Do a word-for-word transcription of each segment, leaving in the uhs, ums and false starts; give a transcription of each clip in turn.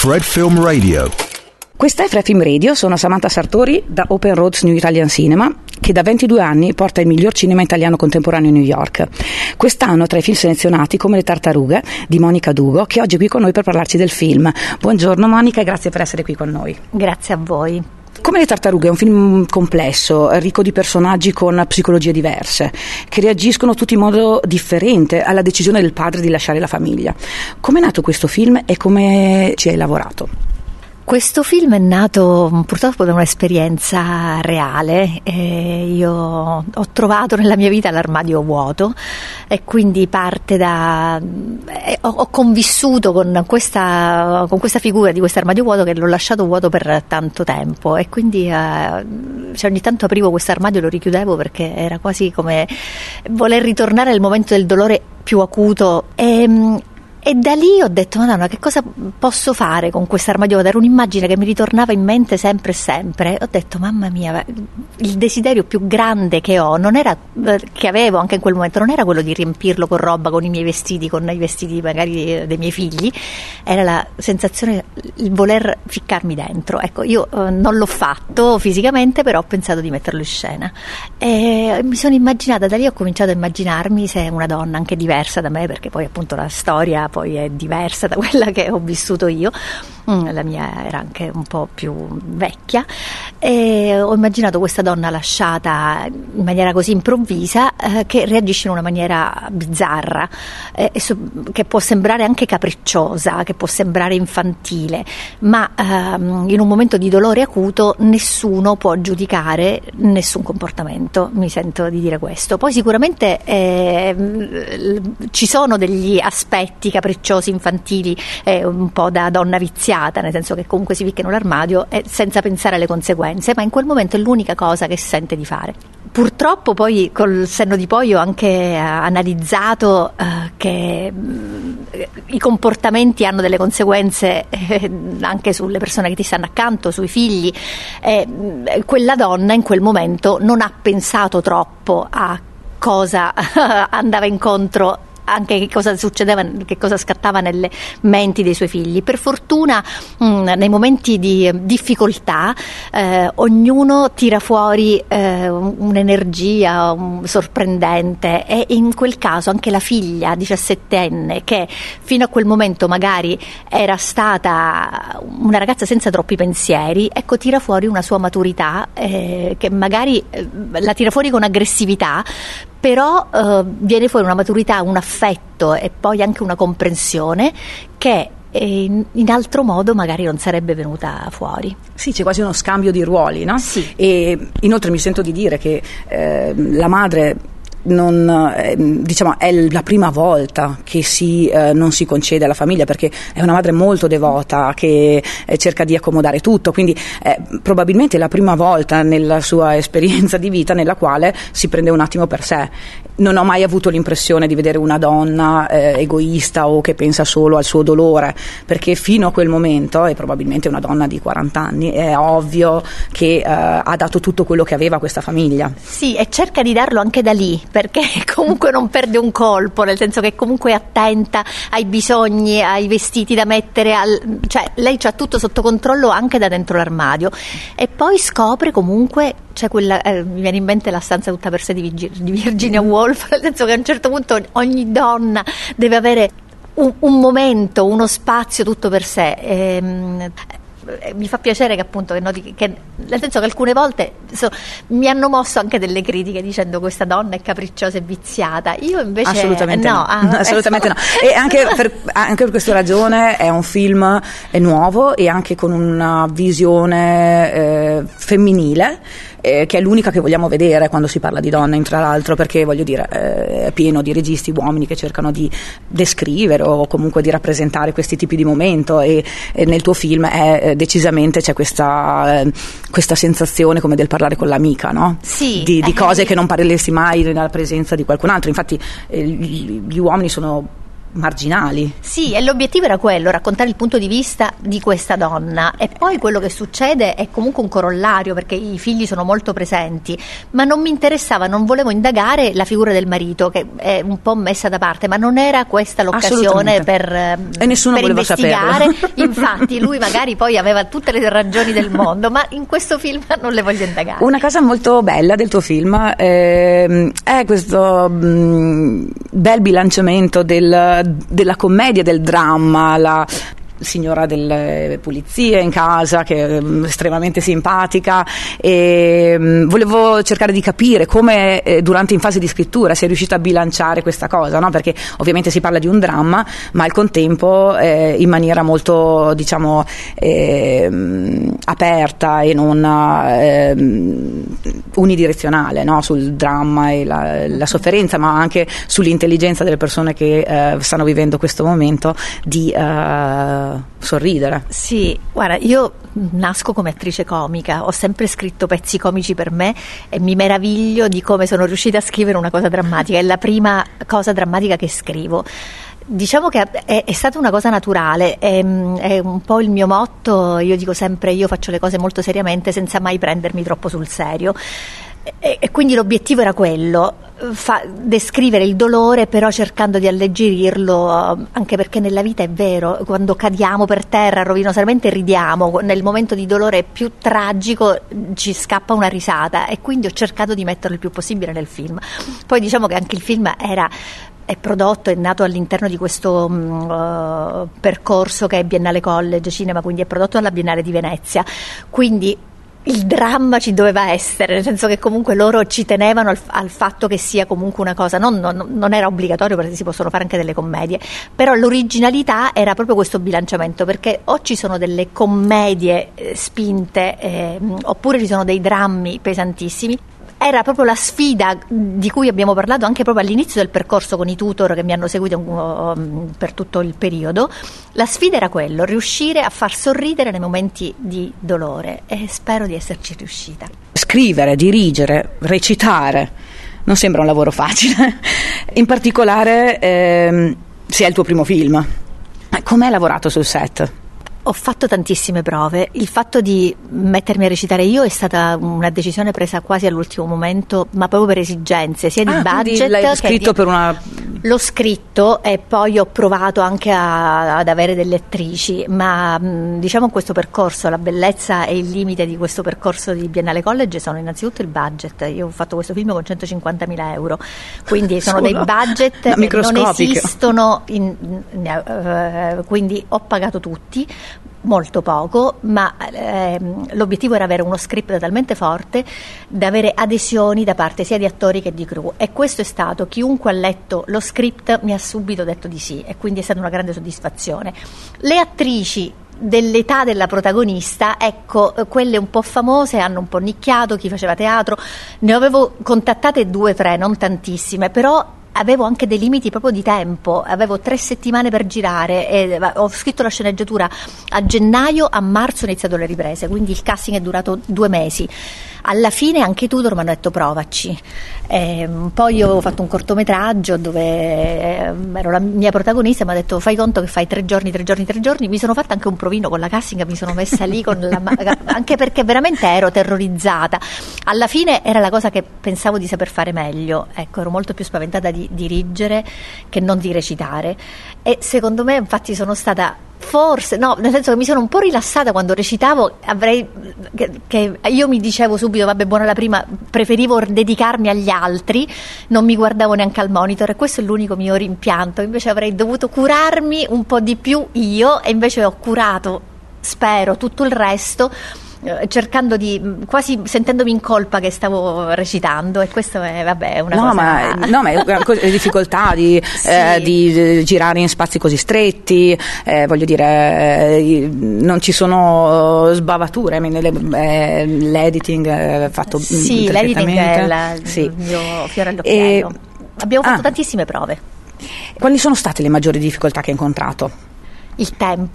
Fred Film Radio. Questa è Fred Film Radio, sono Samantha Sartori da Open Roads New Italian Cinema, che da ventidue anni porta il miglior cinema italiano contemporaneo a New York. Quest'anno tra i film selezionati come Le Tartarughe di Monica Dugo, che oggi è qui con noi per parlarci del film. Buongiorno Monica e grazie per essere qui con noi. Grazie a voi. Come Le Tartarughe è un film complesso, ricco di personaggi con psicologie diverse, che reagiscono tutti in modo differente alla decisione del padre di lasciare la famiglia. Come è nato questo film e come ci hai lavorato? Questo film è nato purtroppo da un'esperienza reale. Eh, io ho trovato nella mia vita l'armadio vuoto e quindi parte da... Eh, ho, ho convissuto con questa, con questa figura di questo armadio vuoto, che l'ho lasciato vuoto per tanto tempo, e quindi eh, cioè ogni tanto aprivo questo armadio e lo richiudevo perché era quasi come voler ritornare al momento del dolore più acuto. E, E da lì ho detto, Madonna, che cosa posso fare con questo armadio? Era un'immagine che mi ritornava in mente sempre e sempre. Ho detto, mamma mia, il desiderio più grande che ho, non era, che avevo anche in quel momento, non era quello di riempirlo con roba, con i miei vestiti, con i vestiti magari dei miei figli, era la sensazione, il voler ficcarmi dentro. Ecco, io eh, non l'ho fatto fisicamente, però ho pensato di metterlo in scena. E mi sono immaginata, da lì ho cominciato a immaginarmi se una donna anche diversa da me, perché poi appunto la storia poi è diversa da quella che ho vissuto io, la mia era anche un po' più vecchia, e ho immaginato questa donna lasciata in maniera così improvvisa, eh, che reagisce in una maniera bizzarra, eh, che può sembrare anche capricciosa, che può sembrare infantile, ma ehm, in un momento di dolore acuto nessuno può giudicare nessun comportamento, mi sento di dire questo. Poi sicuramente eh, ci sono degli aspetti capricciosi, infantili, eh, un po' da donna viziata, nel senso che comunque si ficca in un armadio eh, senza pensare alle conseguenze, ma in quel momento è l'unica cosa che si sente di fare. Purtroppo poi col senno di poi ho anche eh, analizzato eh, che mh, i comportamenti hanno delle conseguenze eh, anche sulle persone che ti stanno accanto, sui figli. Eh, quella donna in quel momento non ha pensato troppo a cosa andava incontro, anche che cosa succedeva, che cosa scattava nelle menti dei suoi figli. Per fortuna mh, nei momenti di difficoltà eh, ognuno tira fuori eh, un'energia un, sorprendente, e in quel caso anche la figlia diciassettenne, che fino a quel momento magari era stata una ragazza senza troppi pensieri, ecco, tira fuori una sua maturità eh, che magari eh, la tira fuori con aggressività, però eh, viene fuori una maturità, un affetto e poi anche una comprensione che in, in altro modo magari non sarebbe venuta fuori. Sì, c'è quasi uno scambio di ruoli, no? Sì. E inoltre mi sento di dire che eh, la madre non, eh, diciamo, è la prima volta che si, eh, non si concede alla famiglia, perché è una madre molto devota che eh, cerca di accomodare tutto, quindi eh, probabilmente è la prima volta nella sua esperienza di vita nella quale si prende un attimo per sé. Non ho mai avuto l'impressione di vedere una donna eh, egoista o che pensa solo al suo dolore, perché fino a quel momento, e probabilmente una donna di quaranta anni, è ovvio che eh, ha dato tutto quello che aveva a questa famiglia. Sì, e cerca di darlo anche da lì, perché comunque non perde un colpo, nel senso che comunque è attenta ai bisogni, ai vestiti da mettere, al, cioè lei c'ha tutto sotto controllo anche da dentro l'armadio. E poi scopre comunque, c'è quella, eh, mi viene in mente La stanza tutta per sé di, Virgi- di Virginia Woolf, nel senso che a un certo punto ogni donna deve avere un, un momento, uno spazio tutto per sé. Ehm, mi fa piacere che appunto che noti che, nel senso che alcune volte so, mi hanno mosso anche delle critiche dicendo questa donna è capricciosa e viziata. Io invece assolutamente no, no, ah, assolutamente no. E anche per, anche per questa ragione è un film è nuovo e anche con una visione eh, femminile, eh, che è l'unica che vogliamo vedere quando si parla di donne, tra l'altro, perché voglio dire eh, è pieno di registi uomini che cercano di descrivere o comunque di rappresentare questi tipi di momento, e, e nel tuo film è eh, decisamente c'è questa, eh, questa sensazione come del parlare con l'amica, no? Sì, di, di eh, cose che non parleresti mai nella presenza di qualcun altro. Infatti eh, gli, gli uomini sono marginali. Sì, e l'obiettivo era quello, raccontare il punto di vista di questa donna, e poi quello che succede è comunque un corollario, perché i figli sono molto presenti, ma non mi interessava, non volevo indagare la figura del marito, che è un po' messa da parte, ma non era questa l'occasione per, e nessuno per investigare. saperlo. Infatti lui magari poi aveva tutte le ragioni del mondo, ma in questo film non le voglio indagare. Una cosa molto bella del tuo film eh, è questo mh, bel bilanciamento del della commedia, del dramma, la signora delle pulizie in casa che è estremamente simpatica, e mh, volevo cercare di capire come eh, durante in fase di scrittura sei riuscita a bilanciare questa cosa, no? Perché ovviamente si parla di un dramma, ma al contempo eh, in maniera molto, diciamo, eh, aperta e non eh, unidirezionale, no? Sul dramma e la, la sofferenza, ma anche sull'intelligenza delle persone che eh, stanno vivendo questo momento di eh, sorridere. Sì, guarda, io nasco come attrice comica, ho sempre scritto pezzi comici per me e mi meraviglio di come sono riuscita a scrivere una cosa drammatica, è la prima cosa drammatica che scrivo. Diciamo che è, è stata una cosa naturale, è, è un po' il mio motto, io dico sempre io faccio le cose molto seriamente senza mai prendermi troppo sul serio. E, e quindi l'obiettivo era quello, fa, descrivere il dolore però cercando di alleggerirlo, anche perché nella vita è vero, quando cadiamo per terra rovinosamente ridiamo, nel momento di dolore più tragico ci scappa una risata, e quindi ho cercato di metterlo il più possibile nel film. Poi diciamo che anche il film era è prodotto, è nato all'interno di questo uh, percorso che è Biennale College Cinema, quindi è prodotto dalla Biennale di Venezia, quindi il dramma ci doveva essere, nel senso che comunque loro ci tenevano al, al fatto che sia comunque una cosa, non, non, non era obbligatorio perché si possono fare anche delle commedie, però l'originalità era proprio questo bilanciamento, perché o ci sono delle commedie eh, spinte eh, oppure ci sono dei drammi pesantissimi. Era proprio la sfida di cui abbiamo parlato anche proprio all'inizio del percorso con i tutor che mi hanno seguito um, per tutto il periodo. La sfida era quello, riuscire a far sorridere nei momenti di dolore, e spero di esserci riuscita. Scrivere, dirigere, recitare non sembra un lavoro facile, in particolare ehm, se è il tuo primo film. Com'è lavorato sul set? Ho fatto tantissime prove, il fatto di mettermi a recitare io è stata una decisione presa quasi all'ultimo momento, ma proprio per esigenze, sia di ah, budget l'hai che scritto di... per una... L'ho scritto e poi ho provato anche a, ad avere delle attrici, ma mh, diciamo questo percorso, la bellezza e il limite di questo percorso di Biennale College sono innanzitutto il budget. Io ho fatto questo film con centocinquantamila euro, quindi sono dei budget che non esistono, in, in, uh, quindi ho pagato tutti, molto poco, ma ehm, l'obiettivo era avere uno script talmente forte da avere adesioni da parte sia di attori che di crew, e questo è stato, chiunque ha letto lo script mi ha subito detto di sì, e quindi è stata una grande soddisfazione. Le attrici dell'età della protagonista, ecco, quelle un po' famose hanno un po' nicchiato, chi faceva teatro, ne avevo contattate due o tre, non tantissime, però avevo anche dei limiti proprio di tempo, avevo tre settimane per girare e ho scritto la sceneggiatura a gennaio, a marzo ho iniziato le riprese, quindi il casting è durato due mesi. Alla fine anche i tutor mi hanno detto provaci, e poi io ho fatto un cortometraggio dove ero la mia protagonista, mi ha detto fai conto che fai tre giorni, tre giorni, tre giorni, mi sono fatta anche un provino con la casting, mi sono messa lì con la anche perché veramente ero terrorizzata. Alla fine era la cosa che pensavo di saper fare meglio, ecco, ero molto più spaventata di dirigere che non di recitare, e secondo me infatti sono stata forse, no, nel senso che mi sono un po' rilassata quando recitavo, avrei che, che io mi dicevo subito vabbè buona la prima, preferivo dedicarmi agli altri, non mi guardavo neanche al monitor, e questo è l'unico mio rimpianto, invece avrei dovuto curarmi un po' di più io, e invece ho curato, spero, tutto il resto, cercando di, quasi sentendomi in colpa che stavo recitando, e questo è vabbè una no, cosa ma, no ma è difficoltà di, sì. eh, di girare in spazi così stretti, eh, voglio dire eh, non ci sono sbavature, eh, l'editing è fatto sì, l'editing è la, sì. il mio fiore all'occhiello. E, abbiamo fatto ah, tantissime prove. Quali sono state le maggiori difficoltà che hai incontrato? Il tempo,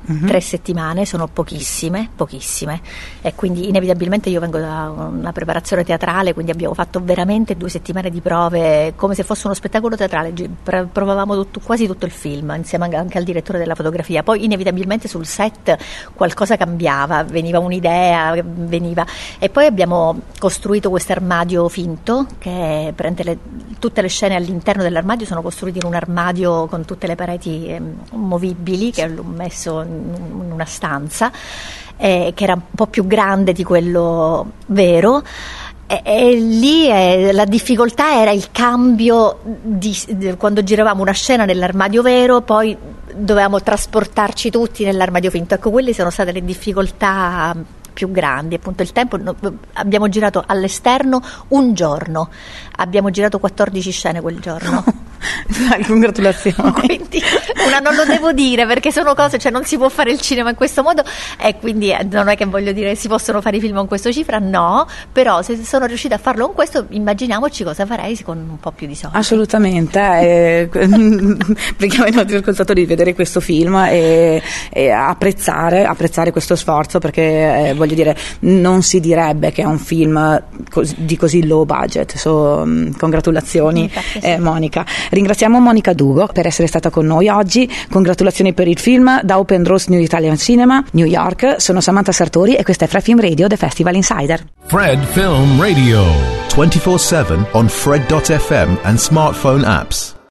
Uh-huh. Tre settimane sono pochissime, pochissime, e quindi inevitabilmente io vengo da una preparazione teatrale, quindi abbiamo fatto veramente due settimane di prove come se fosse uno spettacolo teatrale, provavamo tutto, quasi tutto il film insieme anche al direttore della fotografia, poi inevitabilmente sul set qualcosa cambiava, veniva un'idea, veniva, e poi abbiamo costruito questo armadio finto che prende le, tutte le scene all'interno dell'armadio sono costruite in un armadio con tutte le pareti eh, movibili che l'ho messo in una stanza eh, che era un po' più grande di quello vero, e, e lì eh, la difficoltà era il cambio di, di, quando giravamo una scena nell'armadio vero, poi dovevamo trasportarci tutti nell'armadio finto. Ecco, quelle sono state le difficoltà più grandi, appunto il tempo. No, abbiamo girato all'esterno un giorno, abbiamo girato quattordici scene quel giorno. Dai, congratulazioni. Quindi una non lo devo dire perché sono cose, cioè non si può fare il cinema in questo modo, e quindi eh, non è che voglio dire si possono fare i film con questa cifra, no, però se sono riuscita a farlo con questo, immaginiamoci cosa farei con un po' più di soldi. Assolutamente, eh, preghiamo i nostri ascoltatori di vedere questo film e, e apprezzare, apprezzare questo sforzo, perché eh, voglio dire, non si direbbe che è un film cos- di così low budget. So, um, congratulazioni. Infatti, sì. eh, Monica. Ringraziamo Monica Dugo per essere stata con noi oggi. Congratulazioni per il film da Open Doors New Italian Cinema, New York. Sono Samantha Sartori e questa è Fred Film Radio, The Festival Insider. Fred Film Radio, twenty-four seven on Fred dot f m and smartphone apps.